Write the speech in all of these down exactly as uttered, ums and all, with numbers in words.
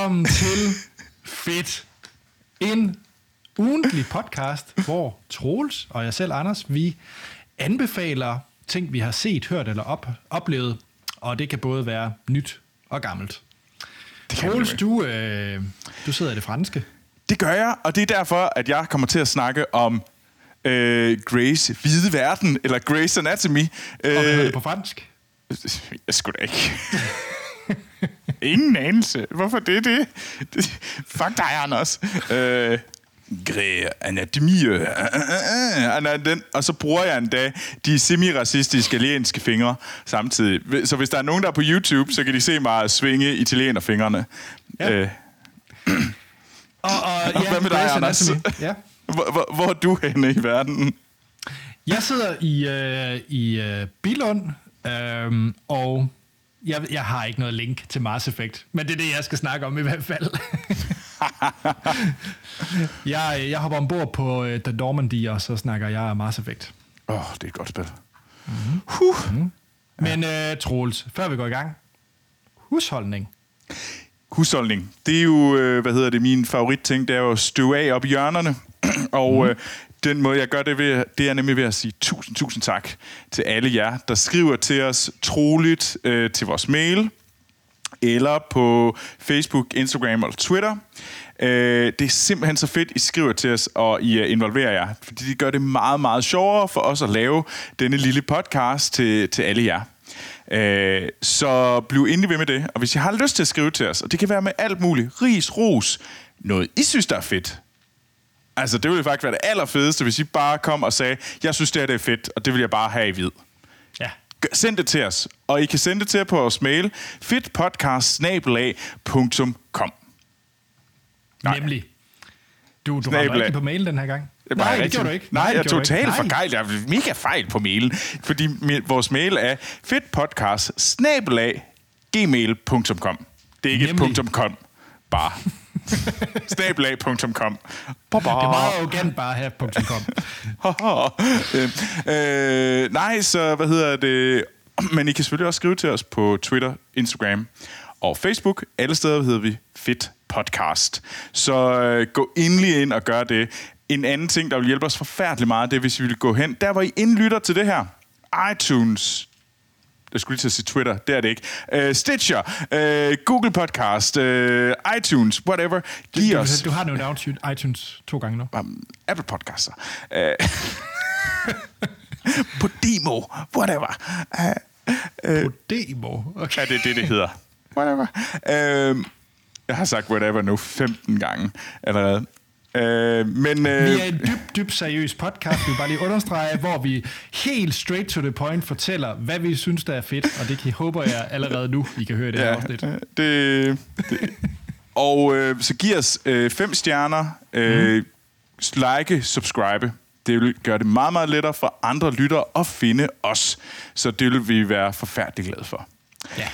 Velkommen til Fedt. En ugentlig podcast, hvor Troels og jeg selv, Anders, vi anbefaler ting, vi har set, hørt eller op, oplevet, og det kan både være nyt og gammelt. Troels, du, øh, du sidder i det franske. Det gør jeg, og det er derfor, at jeg kommer til at snakke om øh, Grey's hvide verden, eller Grey's Anatomy. Og hvad hedder det på fransk? Jeg skulle da ikke. Ingen anelse. Hvorfor det er det? det fuck dig, Anders. Øh, Grey's Anatomy. Øh, øh, øh, den, og så bruger jeg endda de semi-racistiske italienske fingre samtidig. Så hvis der er nogen, der er på YouTube, så kan de se mig svinge italienerfingrene. Ja. Øh. Og, og, ja, hvad med dig, Anders? Ja. Hvor, hvor, hvor er du henne i verden? Jeg sidder i, øh, i øh, Billund, øh, og jeg, jeg har ikke noget link til Mass Effect, men det er det, jeg skal snakke om i hvert fald. jeg, jeg hopper ombord på uh, The Normandy, og så snakker jeg Mass Effect. Åh, oh, det er et godt spil. Mm-hmm. Huh. Mm-hmm. Men uh, Troels, før vi går i gang, husholdning. Husholdning. Det er jo, øh, hvad hedder det, min favoritting, det er jo at støve af op i hjørnerne. og mm. øh, den måde, jeg gør det ved, det er nemlig ved at sige tusind, tusind tak til alle jer, der skriver til os troligt øh, til vores mail, eller på Facebook, Instagram eller Twitter. Øh, det er simpelthen så fedt, I skriver til os, og I uh, involverer jer, fordi det gør det meget, meget sjovere for os at lave denne lille podcast til, til alle jer. Øh, så bliv endelig ved med det. Og hvis I har lyst til at skrive til os, og det kan være med alt muligt, ris, ros, noget I synes, der er fedt. Altså, det ville faktisk være det allerfedeste, hvis I bare kom og sagde, jeg synes, det her det er fedt, og det vil jeg bare have i vid. Ja. Send det til os, og I kan sende det til os på vores mail, fedtpodcast snabel-a punktum com. Nemlig. Du, du rammer ikke på mail den her gang. Nej, det gjorde du ikke. Nej, Nej, jeg er totalt forkejlet. Jeg er mega fejl på mailen. Fordi vores mail er fedtpodcast snabel-a gmail punktum com. Det er ikke et punktum .com. Bare. snabel-a punktum com. Det er meget arrogant bare her punktum .com. øh, nej, så hvad hedder det? Men I kan selvfølgelig også skrive til os på Twitter, Instagram og Facebook. Alle steder hedder vi Fedt Podcast. Så øh, gå endelig ind og gør det. En anden ting, der vil hjælpe os forfærdeligt meget, det er, hvis vi vil gå hen, der hvor I indlytter til det her. iTunes. Jeg skulle lige til at sige Twitter, det er det ikke. Uh, Stitcher, uh, Google Podcast, uh, iTunes, whatever. Giv du, os... Du har nævnt iTunes to gange nu. Um, Apple Podcaster. Uh, Podimo, whatever. Uh, uh, Podimo? Okay. Ja, det er det, det hedder. Whatever. Uh, jeg har sagt whatever nu femten gange allerede. Øh, men, øh... Vi er en dybt, dybt seriøs podcast, vi vil bare lige understrege, hvor vi helt straight to the point fortæller, hvad vi synes, der er fedt, og det kan, håber jeg allerede nu, I kan høre det her ja, afsnit. Det, det. Og øh, så giv os øh, fem stjerner, øh, mm. like, subscribe. Det vil gøre det meget, meget lettere for andre lyttere at finde os, så det vil vi være forfærdeligt glade for. Ja.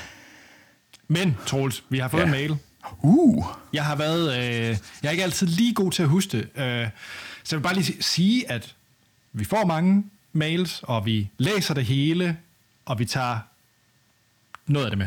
Men, Troels, vi har fået ja. en mail. Uh. Jeg har været, øh, jeg er ikke altid lige god til at huske det, øh, så jeg vil bare lige sige, at vi får mange mails, og vi læser det hele, og vi tager noget af det med.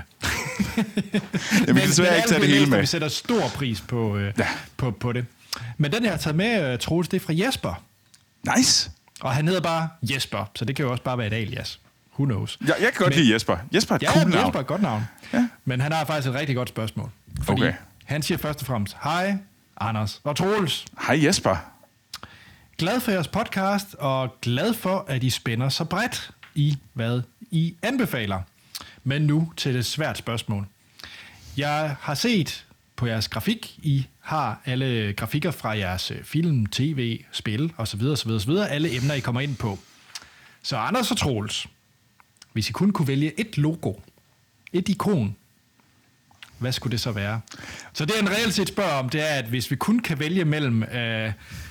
Jeg vil desværre ikke tage det hele med. Vi sætter stor pris på, øh, ja. på, på det. Men den, jeg har taget med, Troels, det er fra Jesper. Nice. Og han hedder bare Jesper, så det kan jo også bare være et alias. Who knows? Ja, jeg kan godt Men, lide Jesper. Jesper er et ja, cool navn. Jesper er et godt navn. Ja. Men han har faktisk et rigtig godt spørgsmål. Fordi okay. han siger først og fremmest, hej Anders og Troels. Hej Jesper. Glad for jeres podcast, og glad for, at I spænder så bredt i, hvad I anbefaler. Men nu til et svært spørgsmål. Jeg har set på jeres grafik, I har alle grafikker fra jeres film, tv, spil osv. osv., osv. Alle emner, I kommer ind på. Så Anders og Troels, hvis I kun kunne vælge et logo, et ikon, hvad skulle det så være? Så det, en reelt set spørger om, det er, at hvis vi kun kan vælge mellem øh,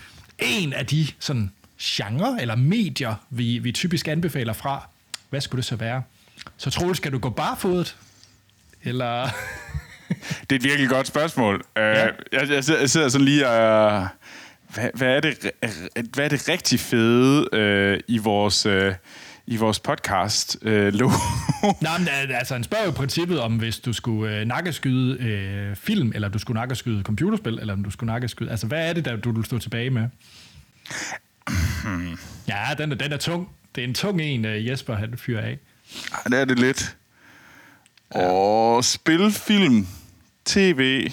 en af de sådan, genre eller medier, vi, vi typisk anbefaler fra, hvad skulle det så være? Så Troels, skal du gå barfodet? Eller... Det er et virkelig godt spørgsmål. Ja. Jeg, jeg, jeg sidder sådan lige og... Hvad, hvad, er det, hvad er det rigtig fede øh, i vores... Øh, i vores podcast øh, lå. Nej, men altså, han spørger jo princippet om, hvis du skulle øh, nakkeskyde øh, film, eller du skulle nakkeskyde computerspil, eller om du skulle nakkeskyde... Altså, hvad er det, der du vil stå tilbage med? Ja, den er, den er tung. Det er en tung en, Jesper, han fyrer af. Ja, det er det lidt. Ja. Og spilfilm, tv...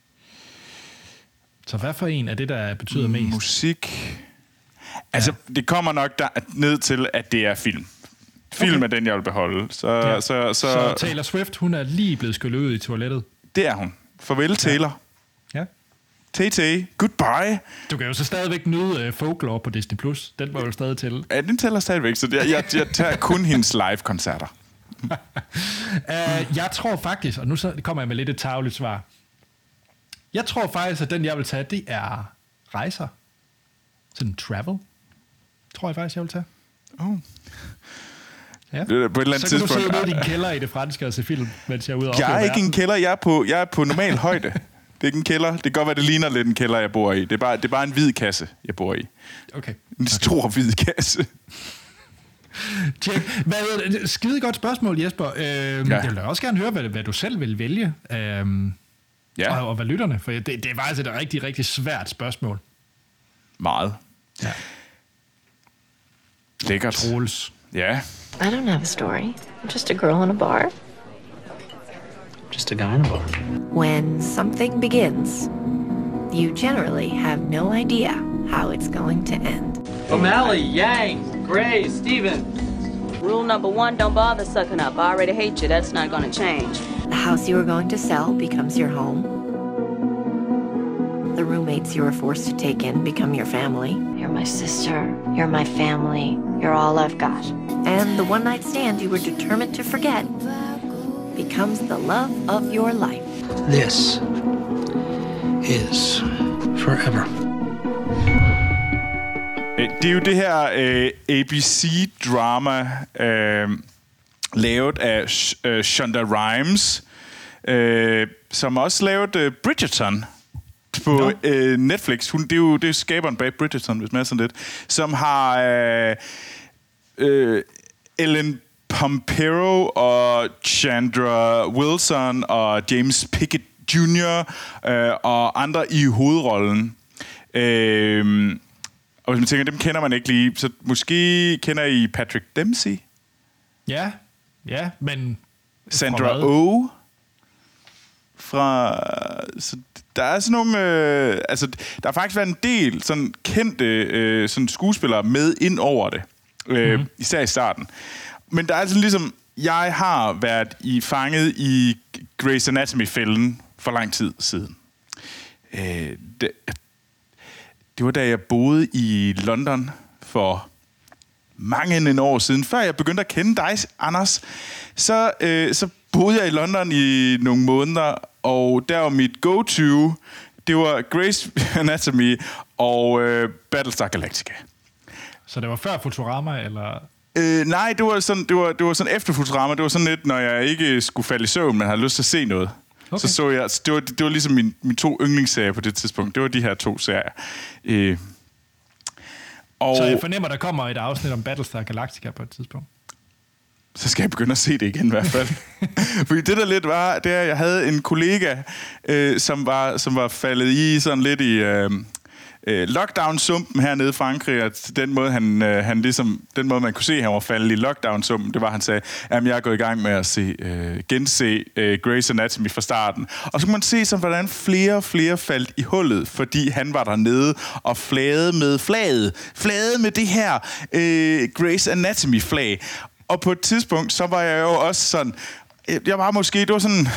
Så hvad for en er det, der betyder mest? Musik... Altså, ja. Det kommer nok der, ned til, at det er film. Film okay. er den, jeg vil beholde. Så, ja. så, så, så Taylor Swift, hun er lige blevet skyllet ud i toilettet? Det er hun. Farvel, Taylor. Ja. T T, goodbye. Du kan jo så stadigvæk nyde uh, Folklore på Disney plus. Den var jo stadig til. Ja, den tæller stadigvæk, så jeg, jeg, jeg tager kun hendes live-koncerter. uh, jeg tror faktisk, og nu så kommer jeg med lidt et tarveligt svar. Jeg tror faktisk, at den, jeg vil tage, det er rejser. Sådan travel. Tror jeg faktisk, jeg vil tage. Oh. Ja. På et eller andet så kan tidspunkt, du sidde ude i din kælder i det franske og se film, mens jeg er ude og jeg er ikke verden. en kælder, jeg er på, jeg er på normal højde. Det er ikke en kælder. Det kan godt være, det ligner lidt en kælder, jeg bor i. Det er bare, det er bare en hvid kasse, jeg bor i. Okay. En stor okay. hvid kasse. Tjek. Hvad, skide godt spørgsmål, Jesper. Øhm, ja. Jeg vil også gerne høre, hvad, hvad du selv vil vælge. Øhm, ja. og, og hvad lytterne. For det, det var altså et rigtig, rigtig svært spørgsmål. Meget. Ja. Lækkert. Troels. Ja. I don't have a story. I'm just a girl in a bar. Just a guy in a bar. When something begins, you generally have no idea how it's going to end. O'Malley, Yang, Gray, Steven. Rule number one, don't bother sucking up. I already hate you. That's not going to change. The house you were going to sell becomes your home. The roommates you were forced to take in become your family. You're my sister. You're my family. You're all I've got. And the one-night stand you were determined to forget becomes the love of your life. This is forever. Det er jo det her øh, A B C-drama, øh, lavet af øh, Shonda Rhimes, øh, som også lavet øh, Bridgerton på no. øh, Netflix. Hun, det, er jo, det er skaberen bag Bridgerton, hvis man er sådan lidt, som har øh, øh, Ellen Pompeo og Chandra Wilson og James Pickett junior øh, og andre i hovedrollen. Øh, og hvis man tænker, dem kender man ikke lige, så måske kender I Patrick Dempsey? Ja, ja, men... Sandra Oh fra... Så der er sådan nogle... Øh, altså, der har faktisk været en del sådan kendte øh, sådan skuespillere med ind over det. Øh, mm-hmm. Især i starten. Men der er altså ligesom... Jeg har været i fanget i Grey's Anatomy-fælden for lang tid siden. Øh, det, det var da jeg boede i London for mange en år siden. Før jeg begyndte at kende dig, Anders, så, øh, så boede jeg i London i nogle måneder, og der var mit go-to, det var Grey's Anatomy og øh, Battlestar Galactica. Så det var før Futurama, eller... Øh, nej, det var, sådan, det, var, det var sådan efter Futurama. Det var sådan lidt, når jeg ikke skulle falde i søvn, men havde lyst til at se noget. Okay. Så så jeg... Så det, var, det var ligesom min, mine to yndlingsserier på det tidspunkt. Det var de her to serier. Øh, og så jeg fornemmer, der kommer et afsnit om Battlestar Galactica på et tidspunkt. Så skal jeg begynde at se det igen i hvert fald. Fordi det der lidt var, det er, at jeg havde en kollega, øh, som, var, som var faldet i sådan lidt i... Øh, lockdown-sumpen hernede i Frankrig, at den måde, han, øh, han ligesom, den måde, man kunne se, at han var faldet i lockdown-sumpen, det var, at han sagde, at jeg er gået i gang med at se, øh, gense øh, Grey's Anatomy fra starten. Og så kunne man se, som, hvordan flere og flere faldt i hullet, fordi han var dernede og flagede med flaget. Flagede med det her øh, Grey's Anatomy-flag. Og på et tidspunkt, så var jeg jo også sådan, jeg var måske, det var sådan...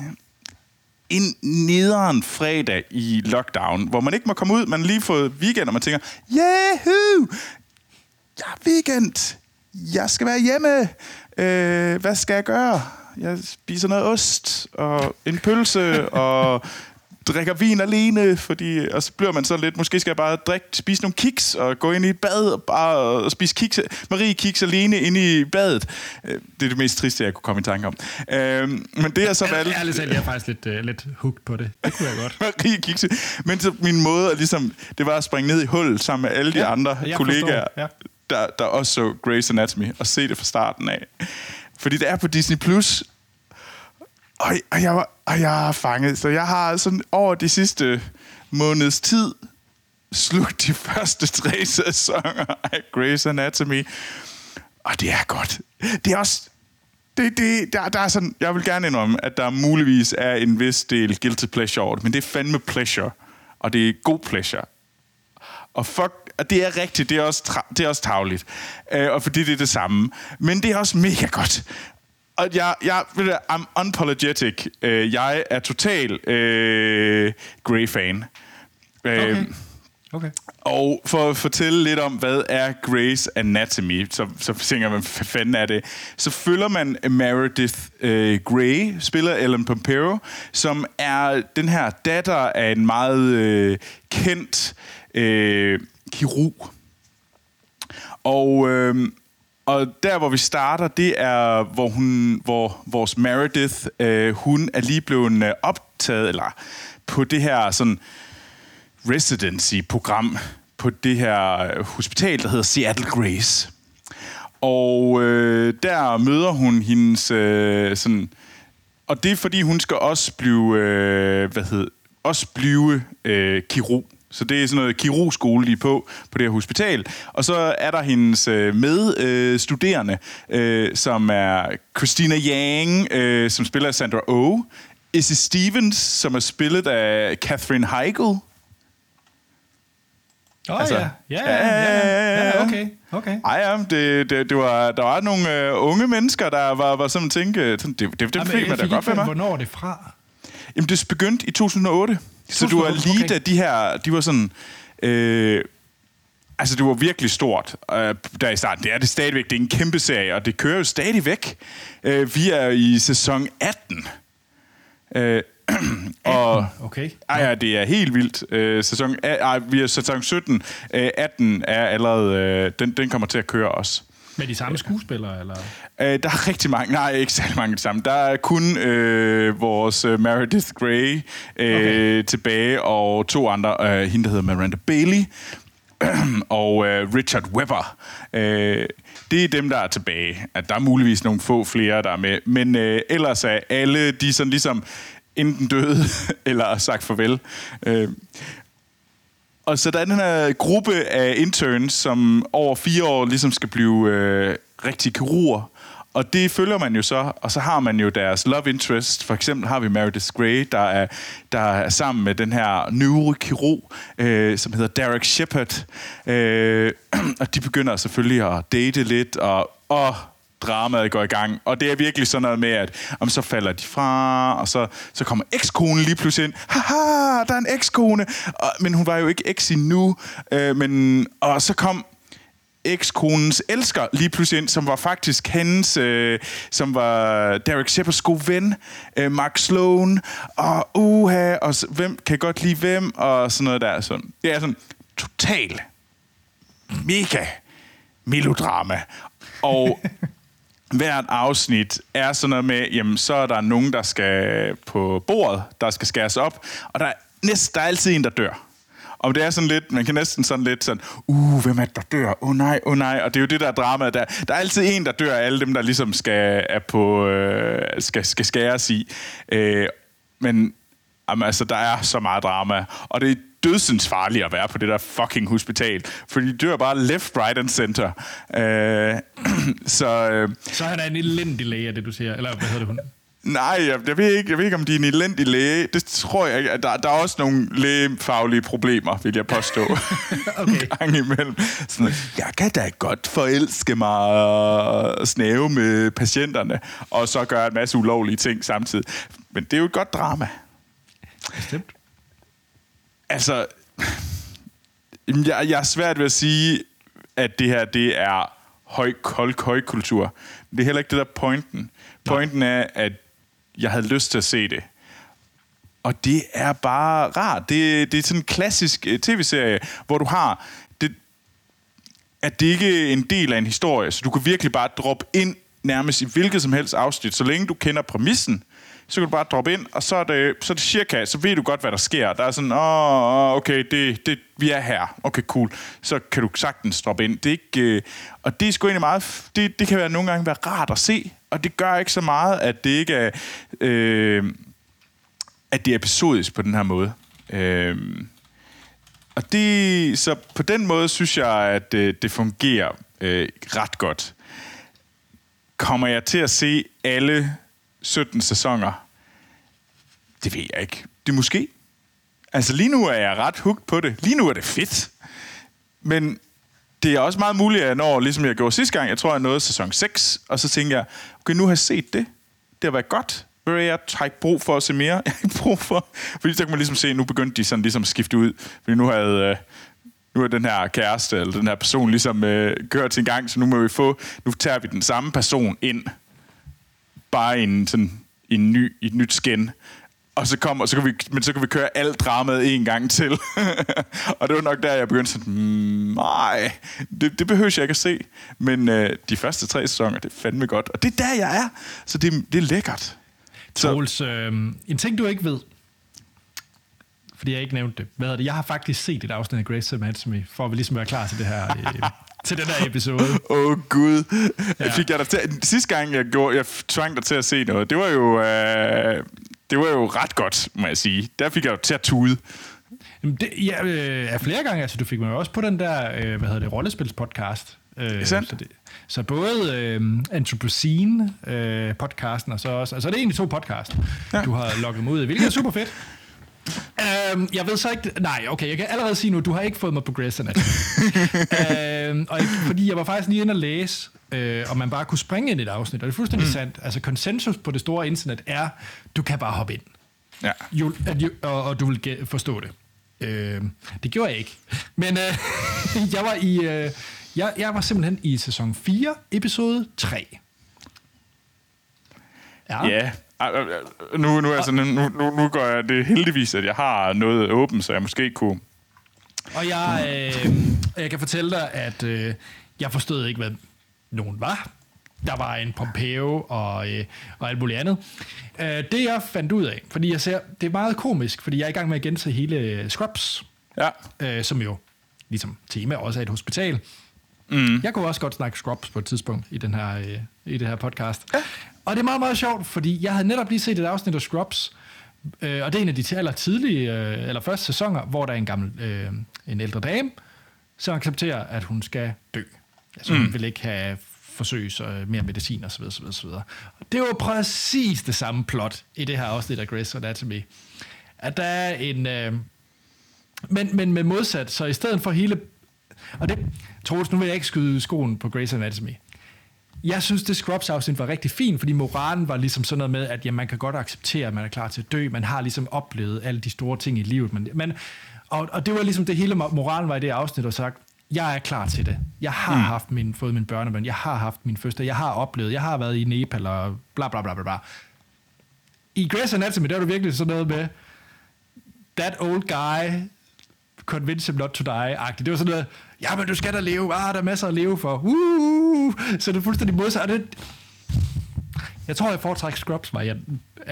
en nederen fredag i lockdown, hvor man ikke må komme ud, man lige fået weekend, og man tænker, yahoo! Ja, weekend! Jeg skal være hjemme! Øh, hvad skal jeg gøre? Jeg spiser noget ost, og en pølse, og drikker vin alene, fordi, og så bliver man så lidt, måske skal jeg bare drikke, spise nogle kiks, og gå ind i et bad, og bare og spise kiks, Marie kiks alene inde i badet. Det er det mest triste, jeg kunne komme i tanke om. Øhm, men det er så valgt... Ærligt talt, jeg er faktisk lidt, uh, lidt hooked på det. Det kunne jeg godt. Marie kiks. Men så min måde, ligesom, det var at springe ned i hullet sammen med alle de ja, andre kollegaer, ja. der, der også så Grey's Anatomy, og se det fra starten af. Fordi det er på Disney Plus, og, og, jeg, var, og jeg er fanget. Så jeg har sådan over de sidste måneds tid slugt de første tre sæsoner af Grey's Anatomy. Og det er godt. Det er også... Det, det, der, der er sådan, jeg vil gerne indrømme, at der muligvis er en vis del guilty pleasure over det, men det er fandme pleasure, og det er god pleasure. Og fuck, og det er rigtigt, det er også, tra- det er også tarveligt, øh, og fordi det er det samme. Men det er også mega godt. Og jeg, jeg ved du, I'm unapologetic. Øh, jeg er total øh, Grey-fan. Øh, okay. Okay. Og for at fortælle lidt om, hvad er Grey's Anatomy, så, så tænker man, hvad fanden er det? Så følger man Meredith øh, Grey, spiller Ellen Pompeo, som er den her datter af en meget øh, kendt øh, kirurg. Og, øh, og der, hvor vi starter, det er, hvor, hun, hvor vores Meredith, øh, hun er lige blevet optaget, eller på det her sådan residency-program på det her hospital, der hedder Seattle Grace. Og øh, der møder hun hendes øh, sådan... Og det er, fordi hun skal også blive... Øh, hvad hedder... Også blive øh, kirurg. Så det er sådan noget kirurgskole, de er på, på det her hospital. Og så er der hendes øh, medstuderende, øh, som er Christina Yang, øh, som spiller Sandra Oh. Izzy Stevens, som er spillet af Katherine Heigl. Åh, oh, altså, ja. Ja, ja, ja, ja, ja, okay, okay. Ej, ja, det, det, det var, der var nogle uh, unge mennesker, der var, var sådan tænke, det, det, det, det fik man da godt for mig. Hvornår er det fra? Jamen, det begyndte i to tusind og otte. Så du var lige okay. Da de her, de var sådan, øh, altså det var virkelig stort, øh, der i starten. Det er det stadigvæk, det er en kæmpe serie, og det kører jo stadigvæk. Øh, vi er i sæson atten. Øh, og okay. Ej, ja, det er helt vildt. Øh, sæson, ej, vi er sæson sytten. Øh, atten er allerede... Øh, den, den kommer til at køre også. Med de samme skuespillere, eller? Øh, der er rigtig mange. Nej, ikke særlig mange af de samme. Der er kun øh, vores øh, Meredith Grey øh, okay. tilbage, og to andre. Øh, hende, der hedder Miranda Bailey, og øh, Richard Webber. Øh, det er dem, der er tilbage. At der er muligvis nogle få flere, der er med. Men øh, ellers er alle de sådan ligesom enten døde, eller sagt farvel. Øh, og så der er den her gruppe af interns, som over fire år ligesom skal blive øh, rigtig kirurger. Og det følger man jo så, og så har man jo deres love interest. For eksempel har vi Meredith Grey, der er, der er sammen med den her neurokirurg, øh, som hedder Derek Shepard. Øh, og de begynder selvfølgelig at date lidt, og... og dramaet går i gang, og det er virkelig sådan noget med, at om så falder de fra, og så, så kommer ekskonen lige pludselig ind. Haha, der er en ekskone! Og, men hun var jo ikke eks endnu. Øh, men, og så kom ekskonens elsker lige pludselig ind, som var faktisk hendes, øh, som var Derek Shepards gode ven, øh, Mark Sloan, og uha, og så, hvem kan godt lide hvem, og sådan noget der. Sådan. Det er sådan total, mega melodrama. Og hvert afsnit er sådan noget med, jamen, så er der nogen, der skal på bordet, der skal skæres op, og der er, næsten, der er altid en, der dør. Og det er sådan lidt, man kan næsten sådan lidt sådan, uh, hvem er det, der dør? Åh oh, nej, åh oh, nej. Og det er jo det der drama, der, der er altid en, der dør af alle dem, der ligesom skal, er på, øh, skal, skal skæres i. Øh, men jamen, altså, der er så meget drama, og det er dødsens farligt at være på det der fucking hospital, fordi de dør bare left, right and center. Øh, så, øh, så er der en elendig læge af det, du siger, eller hvad hedder det hun? Nej, jeg, jeg, ved ikke, jeg ved ikke, om de er en elendig læge. Det tror jeg ikke. Der, der er også nogle lægefaglige problemer, vil jeg påstå. Okay. Gang imellem. Sådan, jeg kan da godt forelske mig og snæve med patienterne, og så gøre en masse ulovlige ting samtidig. Men det er jo et godt drama. Bestemt. Altså, jeg, jeg er svært ved at sige, at det her, det er høj, kold, højkultur. Det er heller ikke det der pointen. Pointen er, at jeg havde lyst til at se det. Og det er bare rart. Det, det er sådan en klassisk tv-serie, hvor du har... Det, at det ikke er en del af en historie, så du kan virkelig bare droppe ind nærmest i hvilket som helst afsnit. Så længe du kender præmissen, så kan du bare droppe ind, og så er det, så er det cirka, så ved du godt, hvad der sker. Der er sådan, åh, okay, det, det, vi er her. Okay, cool. Så kan du sagtens droppe ind. Det er ikke, øh, og det er sgu egentlig meget, det, det kan være nogle gange være rart at se, og det gør ikke så meget, at det ikke er, øh, at det er episodisk på den her måde. Øh, og det, så på den måde synes jeg, at øh, det fungerer øh, ret godt. Kommer jeg til at se alle sytten sæsoner? Det ved jeg ikke. Det er måske. Altså lige nu er jeg ret hooked på det. Lige nu er det fedt. Men det er også meget muligt, at når, ligesom jeg gjorde sidste gang, jeg tror, jeg nåede sæson seks, og så tænker jeg, okay, nu har jeg set det. Det har været godt. Jeg har ikke brug for at se mere. Jeg har ikke brug for... Fordi så kan man ligesom se, nu begyndte de sådan ligesom at skifte ud. Fordi nu havde... Nu er den her kæreste, eller den her person ligesom øh, kørt sin gang, så nu må vi få... Nu tager vi den samme person ind. Bare i en, sådan, i en ny, i et nyt skin. Og så kommer, så kan vi, men så kan vi køre alt dramaet en gang til. Og det var nok der, jeg begyndte sådan, mm, nej, det, det behøver jeg ikke at se. Men øh, de første tre sæsoner, det er fandme godt. Og det er der, jeg er. Så det, det er lækkert. Troels, øh, en ting, du ikke ved, fordi jeg ikke nævnte det. Hvad er det? Jeg har faktisk set et afsnit af Grey's Anatomy, for at vi ligesom være klar til det her, øh, til den her episode. Åh oh, gud. Ja. Fik jeg dig til, sidste gang, jeg, gjorde, jeg tvang dig til at se noget, det var jo, øh, det var jo ret godt, må jeg sige. Der fik jeg jo til at tude. Det, ja, øh, flere gange. Altså, du fik mig jo også på den der, øh, hvad hedder det, rollespilspodcast. Øh, så, det, så både øh, Anthropocene øh, podcasten og så også, altså det er egentlig to podcast, ja. Du har logget mig ud i, hvilket er super fedt. Um, jeg ved så ikke... Nej, okay, jeg kan allerede sige nu, du har ikke fået mig på Grey's Anatomy. um, og fordi jeg var faktisk lige inde og læse, øh, om man bare kunne springe ind i et afsnit, og det er fuldstændig mm. sandt. Altså, konsensus på det store internet er, du kan bare hoppe ind. Ja. You, you, og, og du vil forstå det. Uh, det gjorde jeg ikke. Men uh, jeg var i... Uh, jeg, jeg var simpelthen i sæson fire, episode tre. Ja. Ja. Nu, nu, altså, nu, nu, nu gør jeg det heldigvis, at jeg har noget åbent, så jeg måske kunne... Og jeg, øh, jeg kan fortælle dig, at øh, jeg forstod ikke, hvad nogen var. Der var en Pompeo og, øh, og alt muligt andet. Øh, det jeg fandt ud af, fordi jeg ser, det er meget komisk, fordi jeg er i gang med at gense hele Scrubs, ja. øh, som jo ligesom tema også er et hospital. Mm. Jeg kunne også godt snakke Scrubs på et tidspunkt i, den her, øh, i det her podcast. Ja. Og det er meget, meget sjovt, fordi jeg havde netop lige set et afsnit af Scrubs, øh, og det er en af de aller tidlige, øh, eller første sæsoner, hvor der er en gammel, øh, en ældre dame, som accepterer, at hun skal dø. Altså, mm. hun vil ikke have forsøg, øh, mere medicin osv. osv., osv. Og det var præcis det samme plot i det her afsnit af Grey's Anatomy. At der er en... Øh, men, men med modsat, så i stedet for hele... Og det... Troels, nu vil jeg ikke skyde skoen på Grey's Anatomy. Jeg synes, det Scrubs-afsnit var rigtig fint, fordi moralen var ligesom sådan noget med, at ja, man kan godt acceptere, at man er klar til at dø. Man har ligesom oplevet alle de store ting i livet. Men, men, og, og det var ligesom det hele moralen var i det afsnit, og sagt, jeg er klar til det. Jeg har mm. haft min, fået min børnebørn. Jeg har haft min fødsel. Jeg har oplevet. Jeg har været i Nepal og bla bla bla bla bla. I Grey's Anatomy, der er du virkelig sådan noget med, that old guy convince him not to die-agtigt. Det var sådan noget, ja, men du skal da leve. Ah, der er masser at leve for. Uh, så det er fuldstændig modsat. Det... Jeg tror, jeg foretrækker Scrubs-varianten. Uh...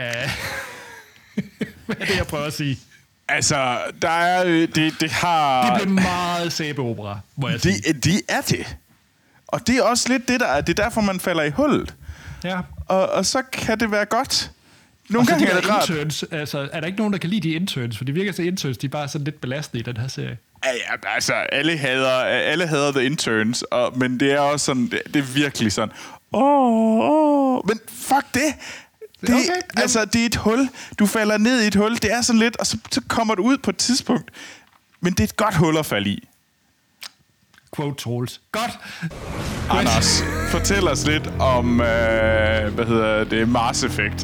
Hvad er det, jeg prøver at sige? Altså, der er... Det, det har... Det blev meget sæbeopera, må jeg sige. Det, de er det. Og det er også lidt det, der er. Det er derfor, man falder i hullet. Ja. Og, og så kan det være godt. Nogle og så gange de er det rart. Interns, altså, er der ikke nogen, der kan lide de interns? For det virker så interns, de er bare sådan lidt belastende i den her serie. Ja, ja, altså, alle hader, alle hader the interns, og, men det er også sådan, det, det er virkelig sådan, åh, oh, oh, men fuck det. Det, okay. Altså, det er et hul. Du falder ned i et hul. Det er sådan lidt, og så, så kommer du ud på et tidspunkt. Men det er et godt hul at falde i. Quote Troels. Godt. Anders, fortæl os lidt om, øh, hvad hedder det, Mass Effect.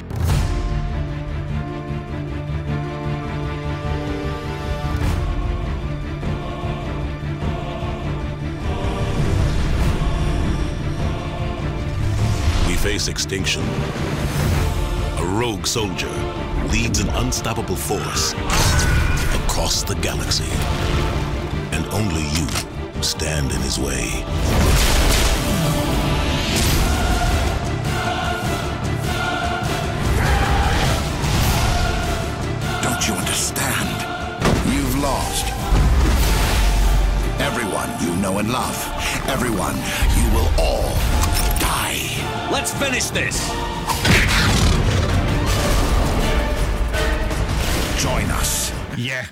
Face extinction. A rogue soldier leads an unstoppable force across the galaxy, and only you stand in his way. know and love. Everyone, you will all die. Let's finish this! Join us. Ja.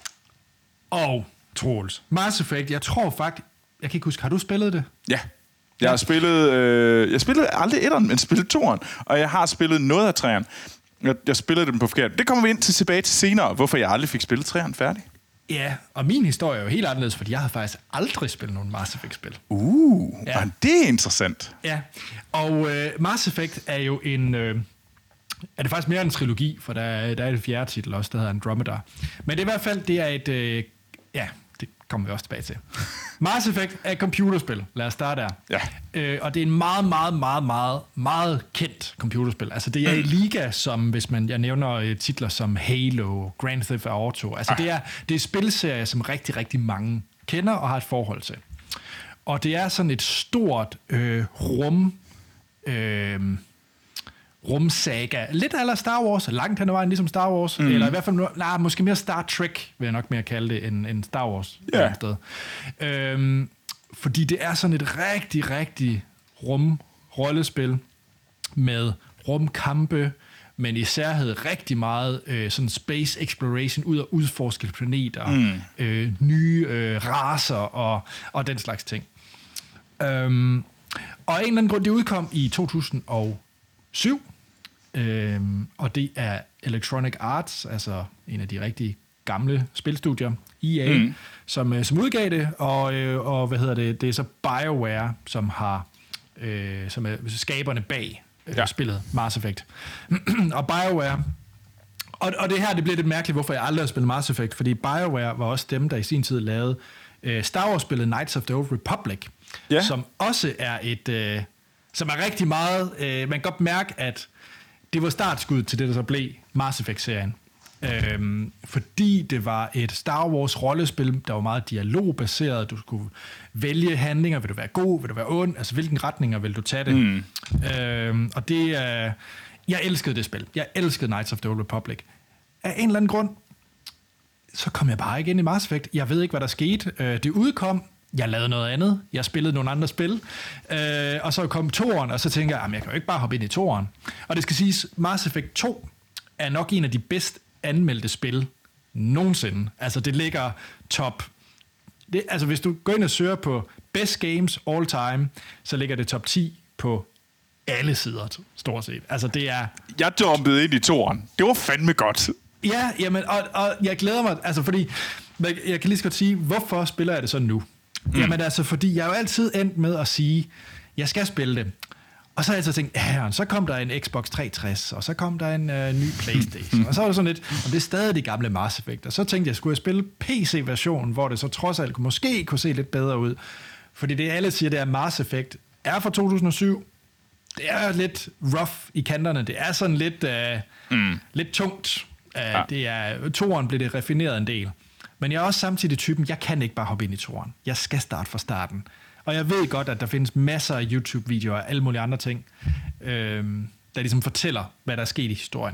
Og Troels, Mass Effect, jeg tror faktisk... Jeg kan ikke huske, har du spillet det? Ja. Jeg har spillet... Øh, jeg spillede aldrig etteren, men spillet toeren. Og jeg har spillet noget af treeren. Jeg, jeg spillede dem på forkert. Det kommer vi ind til tilbage til senere, hvorfor jeg aldrig fik spillet treeren færdig. Ja, og min historie er jo helt anderledes, fordi jeg havde faktisk aldrig spillet nogen Mass Effect-spil. Uh, ja. Det er interessant. Ja, og øh, Mass Effect er jo en... Øh, er det faktisk mere en trilogi, for der, der er et fjerde titel også, der hedder Andromeda. Men det er i hvert fald, det er et... Øh, ja, det kommer vi også tilbage til. Mass Effect er et computerspil. Lad os starte der. Ja. Øh, og det er en meget, meget, meget, meget, meget kendt computerspil. Altså det er i liga, som hvis man, jeg nævner titler som Halo, Grand Theft Auto. Altså det er, det er spilserier, som rigtig, rigtig mange kender og har et forhold til. Og det er sådan et stort øh, rum... Øh, rumsaga. Lidt eller Star Wars, langt hen ad vejen, ligesom Star Wars, mm. eller i hvert fald, nej, måske mere Star Trek, vil jeg nok mere kalde det, end, end Star Wars. Yeah. Sted. Øhm, fordi det er sådan et rigtig, rigtig rum-rollespil med rumkampe, men især havde rigtig meget øh, sådan space exploration, ud at udforske planeter, mm. øh, nye øh, racer og, og den slags ting. Øhm, og af en eller anden grund, det udkom i to tusind og syv, øhm, og det er Electronic Arts, altså en af de rigtig gamle spilstudier, E A, mm. som, som udgav det, og, øh, og hvad hedder det, det er så BioWare, som har øh, som er skaberne bag øh, ja. spillet Mass Effect. Og BioWare, og, og det her, det bliver lidt mærkeligt, hvorfor jeg aldrig har spillet Mass Effect, fordi BioWare var også dem, der i sin tid lavede øh, Star Wars-spillet Knights of the Old Republic, ja. som også er et... Øh, som er rigtig meget... Øh, man kan godt mærke, at det var startskud til det, der så blev Mass Effect-serien. Øhm, fordi det var et Star Wars-rollespil, der var meget dialogbaseret. Du skulle vælge handlinger. Vil du være god? Vil du være ond? Altså, hvilken retninger vil du tage det? Mm. Øhm, og det... Øh, jeg elskede det spil. Jeg elskede Knights of the Old Republic. Af en eller anden grund, så kom jeg bare ikke ind i Mass Effect. Jeg ved ikke, hvad der skete. Øh, det udkom... Jeg lavede noget andet. Jeg spillede nogle andre spil. Øh, og så kom toeren, og så tænker jeg, at jeg kan jo ikke bare hoppe ind i toeren. Og det skal siges, Mass Effect to er nok en af de bedst anmeldte spil nogensinde. Altså, det ligger top... Det, altså, hvis du går ind og søger på Best Games All Time, så ligger det top ti på alle sider, stort set. Altså, det er... Jeg dumpede ind i toeren. Det var fandme godt. Ja, jamen, og, og jeg glæder mig, altså, fordi... Jeg kan lige så godt sige, hvorfor spiller jeg det så nu? Mm. Jamen altså, fordi jeg er jo altid endt med at sige, jeg skal spille det. Og så har jeg så tænkt, ja, så kom der en Xbox tre tres, og så kom der en øh, ny PlayStation. Og så var det sådan lidt, og det er stadig de gamle Mass Effect. Og så tænkte jeg, skulle jeg spille P C-versionen, hvor det så trods alt måske kunne se lidt bedre ud. Fordi det alle siger, det er Mass Effect er fra to tusind og syv. Det er lidt rough i kanterne. Det er sådan lidt, øh, mm. lidt tungt. Uh, ja. Det er, toeren blev det raffineret en del. Men jeg er også samtidig typen, jeg kan ikke bare hoppe ind i toeren. Jeg skal starte fra starten. Og jeg ved godt, at der findes masser af YouTube-videoer og alle mulige andre ting, øh, der ligesom fortæller, hvad der er sket i historien.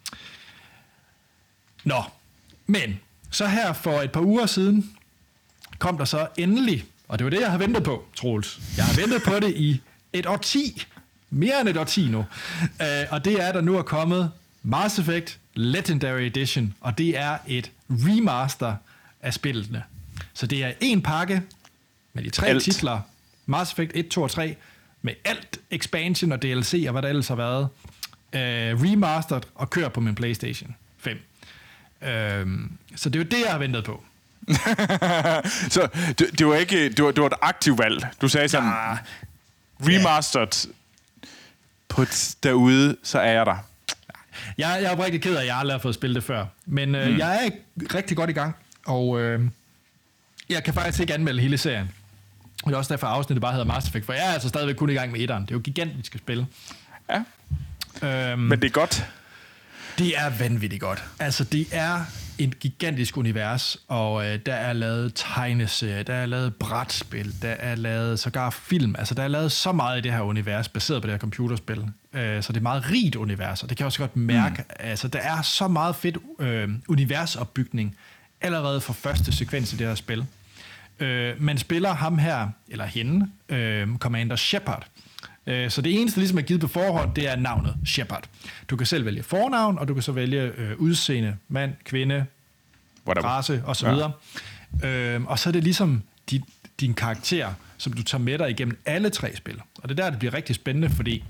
Nå, men så her for et par uger siden, kom der så endelig, og det var det, jeg har ventet på, Troels. Jeg har ventet på det i et årti, mere end et årti nu. Øh, og det er, der nu er kommet Mass Effect Legendary Edition, og det er et remaster af spillene. Så det er en pakke med de tre alt. titler, Mass Effect et, to og tre, med alt expansion og D L C og hvad der ellers har været, øh, remastered og kører på min PlayStation fem. Øh, så det er jo det, jeg har ventet på. Så det, det var ikke det var, det var et aktivt valg. Du sagde sådan, ja. remastered ja. på derude, så er jeg der. Jeg, jeg er oprigtigt ked af, at jeg aldrig har fået spillet det før. Men øh, mm. jeg er rigtig godt i gang, og øh, jeg kan faktisk ikke anmelde hele serien. Det er også derfor, afsnittet bare hedder Mass Effect, for jeg er altså stadigvæk kun i gang med etteren. Det er jo gigantisk at spille. Ja. Øhm, Men det er godt. Det er vanvittigt godt. Altså, det er et gigantisk univers, og øh, der er lavet tegneserier, der er lavet brætspil, der er lavet sågar film. Altså, der er lavet så meget i det her univers, baseret på det her computerspil. Øh, så det er et meget rigt univers, og det kan jeg også godt mærke. Mm. Altså, der er så meget fedt øh, universopbygning allerede fra første sekvens i det her spil. Øh, man spiller ham her, eller hende, øh, Commander Shepard. Øh, så det eneste, der ligesom er givet på forhånd, det er navnet Shepard. Du kan selv vælge fornavn, og du kan så vælge øh, udseende, mand, kvinde, race og så videre. Ja. Øh, og så er det ligesom dit, din karakter, som du tager med dig igennem alle tre spil. Og det er der, det bliver rigtig spændende, fordi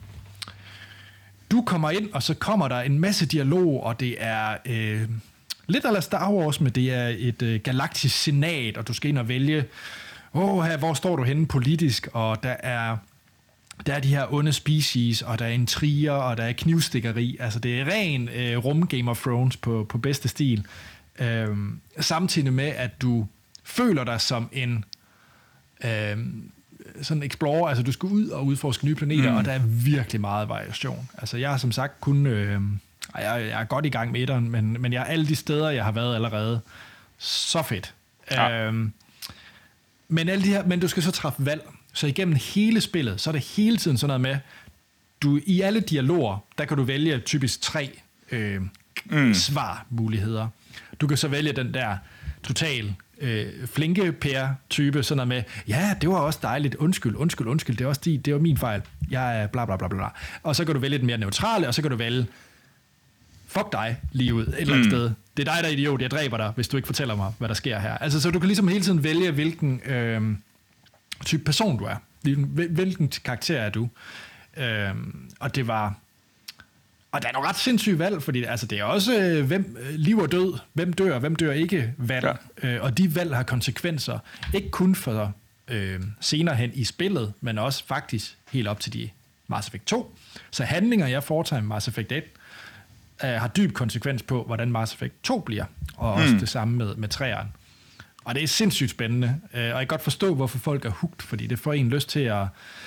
du kommer ind, og så kommer der en masse dialog, og det er øh, lidt eller Star Wars, men det er et øh, galaktisk senat, og du skal ind og vælge, åh, her, hvor står du henne politisk, og der er, der er de her onde species, og der er intriger, og der er knivstikkeri. Altså, det er ren øh, rum Game of Thrones på, på bedste stil. Øh, samtidig med, at du føler dig som en øh, sådan explorer, altså du skal ud og udforske nye planeter, mm. og der er virkelig meget variation. Altså jeg har som sagt kun, øh, jeg, jeg er godt i gang med etteren, men, men jeg er alle de steder, jeg har været allerede, så fedt. Ja. Øhm, men, alle de her, men du skal så træffe valg, så igennem hele spillet, så er det hele tiden sådan noget med, du i alle dialoger, der kan du vælge typisk tre øh, mm. svarmuligheder. Du kan så vælge den der total øh, flinke pære-type, sådan noget med, ja, det var også dejligt, undskyld, undskyld, undskyld, det var, også de, det var min fejl, jeg er bla bla bla bla. Og så kan du vælge den mere neutrale, og så kan du vælge, fuck dig, lige ud, et eller andet mm. sted. Det er dig, der er idiot, jeg dræber dig, hvis du ikke fortæller mig, hvad der sker her. Altså, så du kan ligesom hele tiden vælge, hvilken øh, type person du er. Hvilken karakter er du. Øh, og det var... Og der er nogle ret sindssyge valg, fordi altså, det er også øh, hvem, øh, liv og død, hvem dør, hvem dør ikke valg. Ja. Øh, og de valg har konsekvenser, ikke kun for øh, senere hen i spillet, men også faktisk helt op til de Mass Effect to. Så handlinger, jeg foretager med Mass Effect et, øh, har dyb konsekvens på, hvordan Mass Effect to bliver, og mm. også det samme med, med treeren. Og det er sindssygt spændende, øh, og jeg kan godt forstå, hvorfor folk er hugt, fordi det får en lyst til at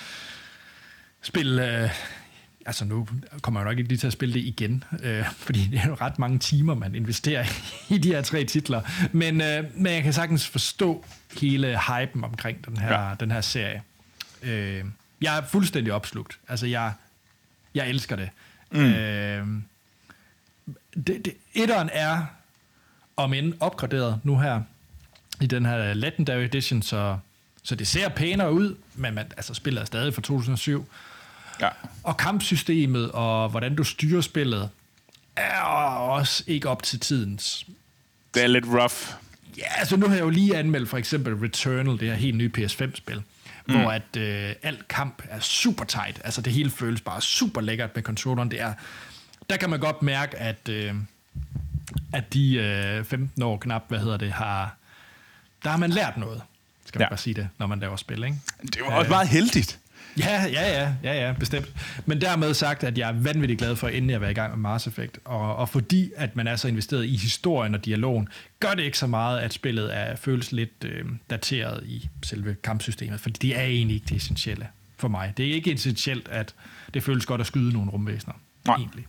spille... Øh, Altså nu kommer jeg nok ikke lige til at spille det igen, øh, fordi det er jo ret mange timer, man investerer i de her tre titler. Men, øh, men jeg kan sagtens forstå hele hypen omkring den her, ja. den her serie. Øh, jeg er fuldstændig opslugt. Altså jeg, jeg elsker det. Mm. Øh, det, det. Etteren er, om end opgraderet nu her, i den her Legendary Edition, så, så det ser pænere ud, men man, altså, spillet er stadig fra to tusind og syv. Ja. Og kampsystemet og hvordan du styrer spillet er også ikke op til tidens. Det er lidt rough. Ja, altså nu har jeg jo lige anmeldt for eksempel Returnal, det her helt nye P S fem spil, mm. hvor at øh, alt kamp er super tight. Altså det hele føles bare super lækkert med controlleren. Det er, der kan man godt mærke, at, øh, at de øh, femten år knap, hvad hedder det, har, der har man lært noget. Skal man ja. bare sige det, når man laver spil, ikke? Det var også meget heldigt. Ja, ja, ja, ja, ja, bestemt. Men dermed sagt, at jeg er vanvittigt glad for, inden jeg var i gang med Mass Effect. Og, og fordi, at man er så investeret i historien og dialogen, gør det ikke så meget, at spillet er, føles lidt øh, dateret i selve kampsystemet. Fordi det er egentlig ikke det essentielle for mig. Det er ikke essentielt, at det føles godt at skyde nogle rumvæsener. Nej. Egentlig.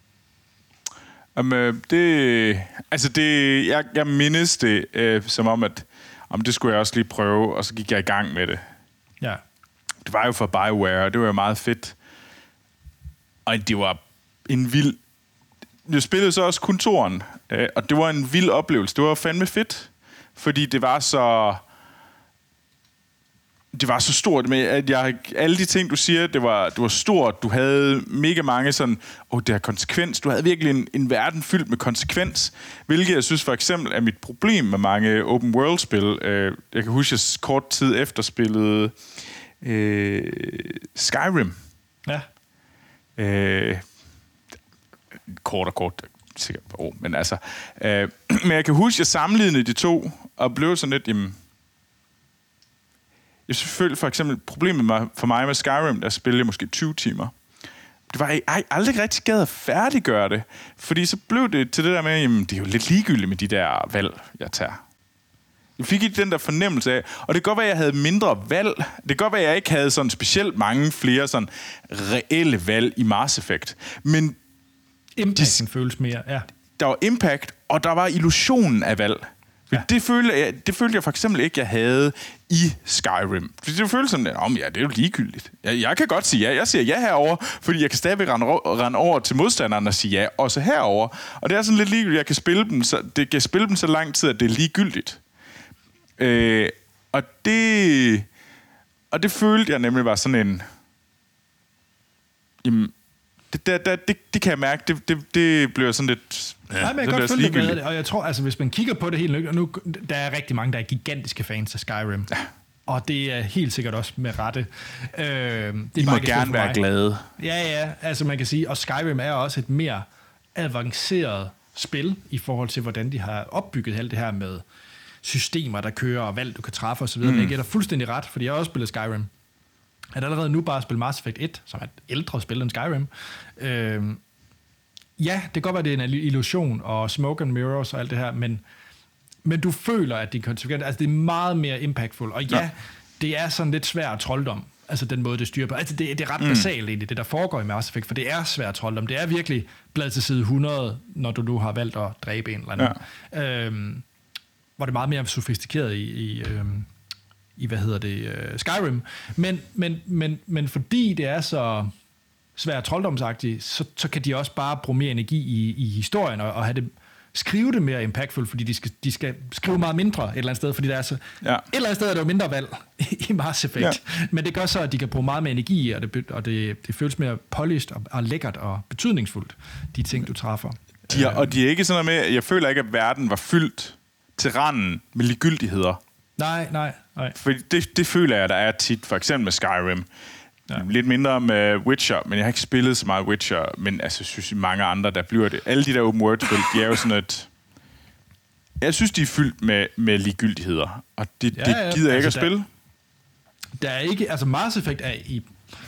Um, det, altså det, jeg, jeg mindes det øh, som om, at om det skulle jeg også lige prøve, og så gik jeg i gang med det. Ja. Det var jo for BioWare, og det var jo meget fedt. Og det var en vild... Jeg spillede så også kun toren, øh, og det var en vild oplevelse. Det var fandme fedt, fordi det var så... Det var så stort med, at jeg... Alle de ting, du siger, det var, det var stort. Du havde mega mange sådan... Åh, oh, det har konsekvens. Du havde virkelig en, en verden fyldt med konsekvens, hvilket jeg synes for eksempel er mit problem med mange open world-spil. Øh, jeg kan huske, at jeg kort tid efter spillede... Øh, Skyrim. Ja. Øh, kort og kort, sikkert på år, men altså. Øh, men jeg kan huske, at jeg sammenlignede de to, og blev sådan lidt, jamen... Jeg følte for eksempel, problemet med, for mig med Skyrim, der spillede jeg måske tyve timer. Det var, jeg, jeg aldrig rigtig gad at færdiggøre det, fordi så blev det til det der med, jamen, det er jo lidt ligegyldigt med de der valg, jeg tager. Jeg fik ikke den der fornemmelse af, og det kan godt være, at jeg havde mindre valg. Det kan godt være, at jeg ikke havde sådan specielt mange flere sådan reelle valg i Mass Effect. Men impacten de, føles mere, ja. Der var impact, og der var illusionen af valg. Ja. Det, følte jeg, det følte jeg for eksempel ikke, jeg havde i Skyrim. Det føltes sådan, om ja, det er jo ligegyldigt. Jeg, jeg kan godt sige ja. Jeg siger ja herover, fordi jeg kan stadigvæk rende, rende over til modstanderen og sige ja, også herover. Og det er sådan lidt ligegyldigt. Jeg kan spille dem så, det kan spille dem så lang tid, at det er ligegyldigt. Øh, Og det, og det følte jeg nemlig var sådan en... Jamen, det, det, det, det kan jeg mærke, det, det, det bliver sådan lidt... Ja, Nej, men jeg kan godt følge det med det, og jeg tror, altså hvis man kigger på det helt nødt, og nu der er rigtig mange, der er gigantiske fans af Skyrim. Ja. Og det er helt sikkert også med rette. Øh, det I må gerne være glade. Ja, ja, altså man kan sige, og Skyrim er også et mere avanceret spil i forhold til, hvordan de har opbygget alt det her med systemer, der kører, og valg, du kan træffe osv. Mm. Men jeg gætter fuldstændig ret, fordi jeg har også spillet Skyrim. Jeg har allerede nu bare spillet Mass Effect et, som er et ældre spil end Skyrim. Øh, ja, det kan godt være, det er en illusion, og smoke and mirrors og alt det her, men Men du føler, at det er konsekvent. Altså, det er meget mere impactful. Og ja, ja, det er sådan lidt svært trolddom. Altså, den måde, det styrer på. Altså, det, det er ret mm. basalt egentlig, det der foregår i Mass Effect, for det er svært trolddom. Det er virkelig blad til side hundrede, når du nu har valgt at dræbe en eller anden. Ja. Øhm, hvor det er meget mere sofistikeret i, i, øhm, i hvad hedder det, uh, Skyrim. Men, men, men, men fordi det er så svært trolddomsagtigt, så, så kan de også bare bruge mere energi i, i historien, og, og have det skrive det mere impactful, fordi de skal, de skal skrive meget mindre et eller andet sted, fordi der er så... Ja. Et eller andet sted er der jo mindre valg i Mass Effect. Ja. Men det gør så, at de kan bruge meget mere energi, og det, og det, det føles mere polished og, og lækkert og betydningsfuldt, de ting, du træffer. De er, og de er ikke sådan noget med... Jeg føler ikke, at verden var fyldt til randen med ligegyldigheder. Nej, nej, nej. For det, det føler jeg, der er tit, for eksempel med Skyrim. Ja. Lidt mindre med Witcher, men jeg har ikke spillet så meget Witcher, men altså, jeg synes, mange andre, der bliver det. Alle de der open world-spil, de er jo sådan et... Jeg synes, de er fyldt med, med ligegyldigheder, og det, ja, det gider ja, jeg ikke altså, at spille. Der, der er ikke... Altså, Mass Effect er, i,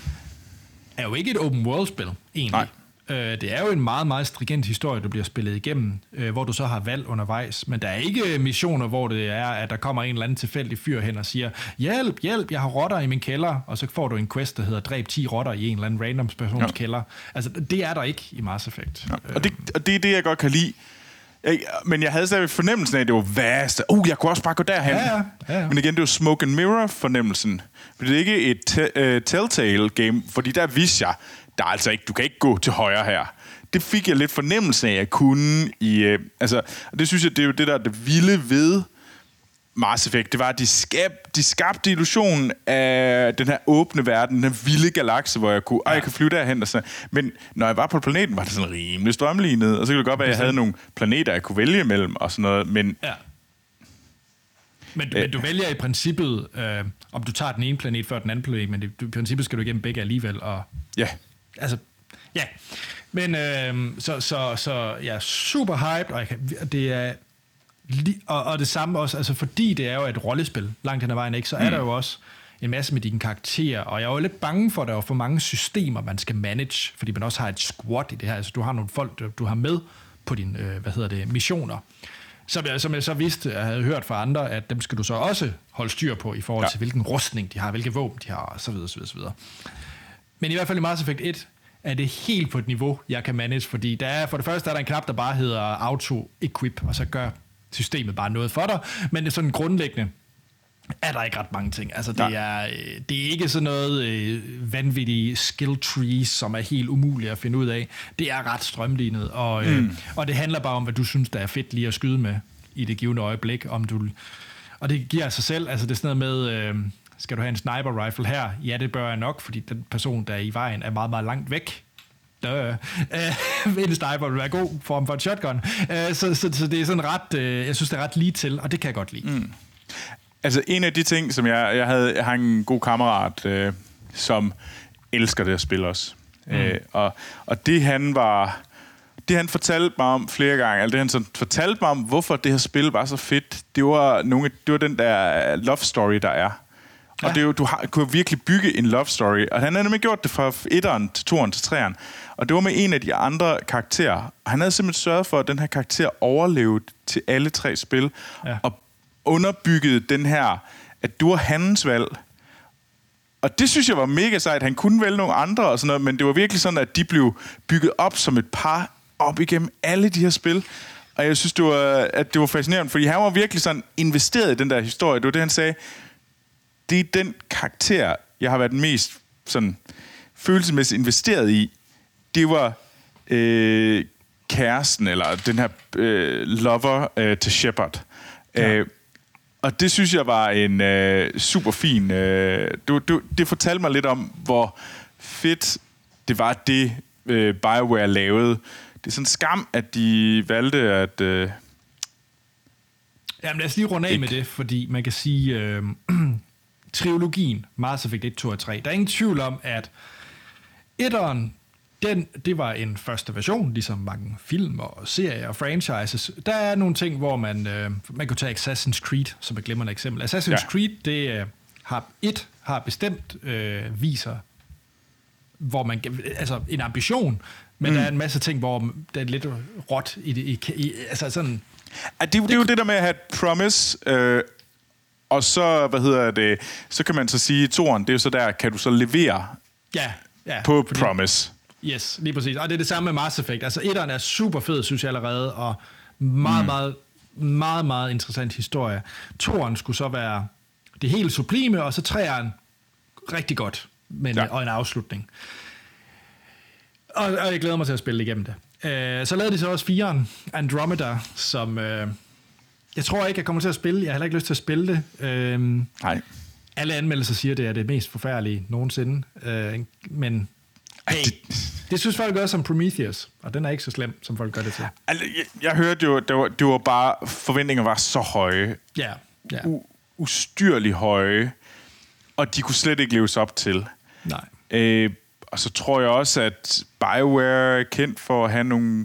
er jo ikke et open world-spil, egentlig. Nej. Øh, det er jo en meget, meget stringent historie, du bliver spillet igennem, øh, hvor du så har valg undervejs. Men der er ikke missioner, hvor det er, at der kommer en eller anden tilfældig fyr hen og siger, hjælp, hjælp, jeg har rotter i min kælder, og så får du en quest, der hedder dræb ti rotter i en eller anden random persons ja. kælder. Altså, det er der ikke i Mass Effect. Ja. Og, det, og det er det, jeg godt kan lide. Jeg, men jeg havde stadig fornemmelsen af, at det var vast. Uh, jeg kunne også bare gå derhen. Ja, ja. Ja, ja. Men igen, det var smoke and mirror fornemmelsen. For det er ikke et te- uh, telltale game, fordi der vidste jeg, der er altså ikke, du kan ikke gå til højre her. Det fik jeg lidt fornemmelse af, at jeg kunne i... Øh, altså, og det synes jeg, det er jo det der, det vilde ved Mass Effect. Det var, at de, skab, de skabte illusionen af den her åbne verden, den her vilde galakse, hvor jeg kunne, ja. jeg kan flyve derhen og sådan. Men når jeg var på planeten, var det sådan rimelig strømlignet. Og så kunne det godt være, at jeg havde nogle planeter, jeg kunne vælge imellem og sådan noget. Men, ja. men, du, øh, men du vælger i princippet, øh, om du tager den ene planet før den anden planet, men det, du, i princippet skal du igennem begge alligevel. Og, ja. Altså, ja. Men øh, så, så, så ja, super hyped, og jeg kan, det er og, og det samme også, altså fordi det er jo et rollespil langt hen ad vejen, ikke, så er mm. der jo også en masse med dine karakterer, og jeg er jo lidt bange for, at der er for mange systemer, man skal manage, fordi man også har et squad i det her, altså du har nogle folk, du har med på dine, øh, hvad hedder det, missioner, som jeg, som jeg så vidste, jeg havde hørt fra andre, at dem skal du så også holde styr på, i forhold ja. til hvilken rustning de har, hvilke våben de har, og så videre, så videre, så videre. Men i hvert fald i Mass Effect et, er det helt på et niveau, jeg kan manage, fordi der er, for det første er der en knap, der bare hedder auto-equip, og så gør systemet bare noget for dig, men det er sådan grundlæggende, er der ikke ret mange ting. Altså, det er, det er ikke sådan noget øh, vanvittige skill trees, som er helt umuligt at finde ud af. Det er ret strømlignet, og, øh, mm. og det handler bare om, hvad du synes, der er fedt lige at skyde med i det givende øjeblik, om du... Og det giver sig selv, altså det er sådan noget med... Øh, skal du have en sniper rifle her? Ja, det bør jeg nok, fordi den person, der er i vejen, er meget, meget langt væk. Øh, en sniper vil være god form for en shotgun. Øh, så, så, så det er sådan ret, øh, jeg synes, det er ret lige til, og det kan jeg godt lide. Mm. Altså, en af de ting, som jeg, jeg havde, jeg har en god kammerat, øh, som elsker det at spille også. Mm. Øh, og, og det han var... Det han fortalte mig om flere gange, altså det han så fortalte mig om, hvorfor det her spil var så fedt, det var, nogle, det var den der love story, der er. Ja. Og det er jo, du har, kunne virkelig bygge en love story. Og han havde nemlig gjort det fra etteren til toeren til treeren. Og det var med en af de andre karakterer. Og han havde simpelthen sørget for, at den her karakter overlevede til alle tre spil. Ja. Og underbygget den her, at du var hans valg. Og det synes jeg var mega sejt. Han kunne vælge nogle andre og sådan noget, men det var virkelig sådan, at de blev bygget op som et par op igennem alle de her spil. Og jeg synes, det var, at det var fascinerende, fordi han var virkelig sådan investeret i den der historie. Det var det, han sagde. Det er den karakter, jeg har været mest sådan følelsesmæssigt investeret i. Det var øh, kæresten, eller den her øh, lover øh, til Shepard. Ja. Øh, Og det synes jeg var en øh, super fin... Øh, du, du, det fortalte mig lidt om, hvor fedt det var, det øh, BioWare lavede. Det er sådan en skam, at de valgte at... Øh, Jamen lad os lige runde af med det, fordi man kan sige... Øh, trilogien, Mass Effect et, to og tre, der er ingen tvivl om, at etteren, den, det var en første version, ligesom mange film og serier og franchises. Der er nogle ting, hvor man, øh, man kan tage Assassin's Creed, som et glimrende eksempel. Assassin's ja. Creed, det øh, har et, har bestemt øh, viser, hvor man, altså en ambition, men mm. der er en masse ting, hvor der er lidt råt i det, i, i, altså sådan... Ja, det, det, det er jo det der med at have et promise, øh, og så, hvad hedder det, så kan man så sige, toren, det er jo så der, kan du så levere ja, ja, på fordi, promise. Yes, lige præcis. Og det er det samme med Mass Effect. Altså, etteren er super fed, synes jeg allerede, og meget, mm. meget, meget, meget interessant historie. Toren skulle så være det helt sublime, og så treeren rigtig godt, men, ja. og en afslutning. Og, og jeg glæder mig til at spille igennem det. Uh, så lavede de så også fireren, Andromeda, som... Uh, jeg tror ikke, jeg kommer til at spille. Jeg har heller ikke lyst til at spille det. Uh, Nej. Alle anmeldelser siger, det er det mest forfærdelige nogensinde. Uh, men... Hey, det synes folk gør som Prometheus, og den er ikke så slem, som folk gør det til. Altså, jeg, jeg hørte jo, det var, det var bare, forventninger var så høje. Ja, ja. U, ustyrligt høje, og de kunne slet ikke leves op til. Nej. Øh, og så tror jeg også, at BioWare er kendt for at have nogle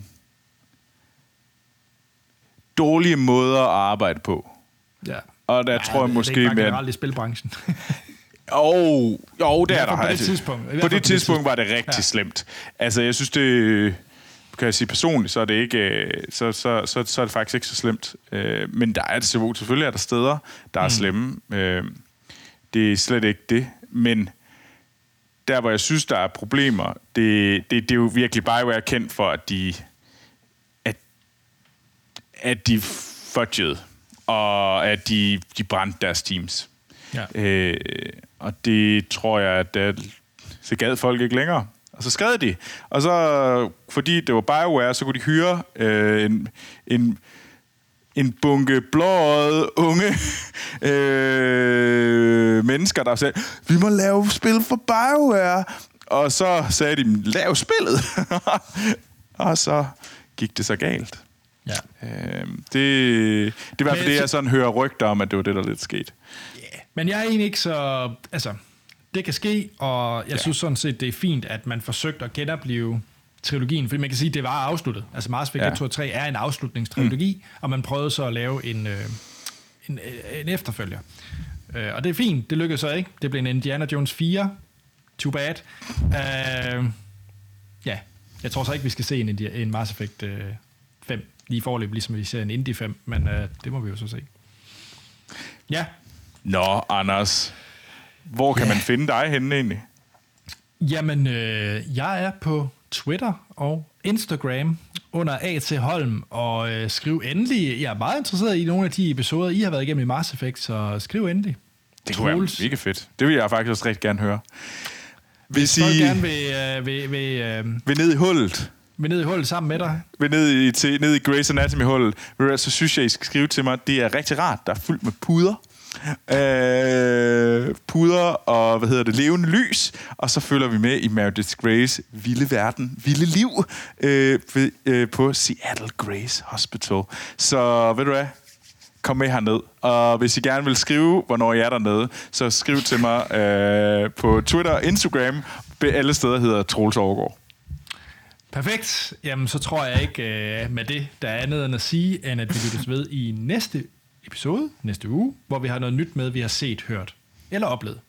dårlige måder at arbejde på. Ja. Og der ja, tror jeg måske... Det er ikke bare generelt i spilbranchen. Oh, jo, det er der. På det tidspunkt, på det tidspunkt var det rigtig ja. slemt. Altså, jeg synes, det... Kan jeg sige personligt, så er det ikke... Så, så, så, så er det faktisk ikke så slemt. Men der er det selvfølgelig er der steder, der er mm. slemme. Det er slet ikke det. Men der, hvor jeg synes, der er problemer, det, det, det er jo virkelig BioWare kendt for, at de... At, at de fudgede. Og at de, de brændte deres teams. Ja. Øh, og det tror jeg, at det, så gad folk ikke længere. Og så skrev de. Og så, fordi det var BioWare, så kunne de hyre øh, en, en, en bunke blåøjede unge øh, mennesker, der sagde, vi må lave spil for BioWare. Og så sagde de, lav spillet. Og så gik det så galt. Ja. Øh, det, det er i hvert fald det, jeg sådan hører rygter om, at det var det, der lidt skete. Men jeg er egentlig ikke så... Altså, det kan ske, og jeg ja. synes sådan set, det er fint, at man forsøgte at genopleve trilogien, fordi man kan sige, at det var afsluttet. Altså Mass Effect ja. et, to og tre er en afslutningstrilogi, mm. og man prøvede så at lave en, øh, en, en efterfølger. Øh, og det er fint, det lykkedes så ikke. Det blev en Indiana Jones fire. Too bad. Øh, ja, jeg tror så ikke, vi skal se en, en Mass Effect øh, fem lige forløb, ligesom vi ser en Indy fem, men øh, det må vi jo så se. Ja. Nå, Anders, hvor kan ja. man finde dig henne egentlig? Jamen, øh, jeg er på Twitter og Instagram under A T Holm, og øh, skriv endelig. Jeg er meget interesseret i nogle af de episoder, I har været igennem i Mass Effect, så skriv endelig. Det kunne være mega fedt. Det vil jeg faktisk også rigtig gerne høre. Hvis, Hvis folk I gerne vil, øh, vil, vil, øh, vil ned i hullet. Vil ned i hullet sammen med dig. Vil ned i, til, ned i Grey's Anatomy-hullet. Så synes jeg, I skal skrive til mig, det er rigtig rart. Der er fuldt med puder. Øh, puder og hvad hedder det, levende lys, og så følger vi med i Meredith Greys vilde verden, vilde liv øh, øh, på Seattle Grace Hospital. Så ved du hvad, kom med herned, og hvis I gerne vil skrive, hvornår I er dernede, så skriv til mig øh, på Twitter og Instagram. Alle steder hedder Troels Overgaard. Perfekt. Jamen så tror jeg ikke øh, med det, der er andet end at sige, end at vi lyttes ved i næste episode næste uge, hvor vi har noget nyt med, vi har set, hørt eller oplevet.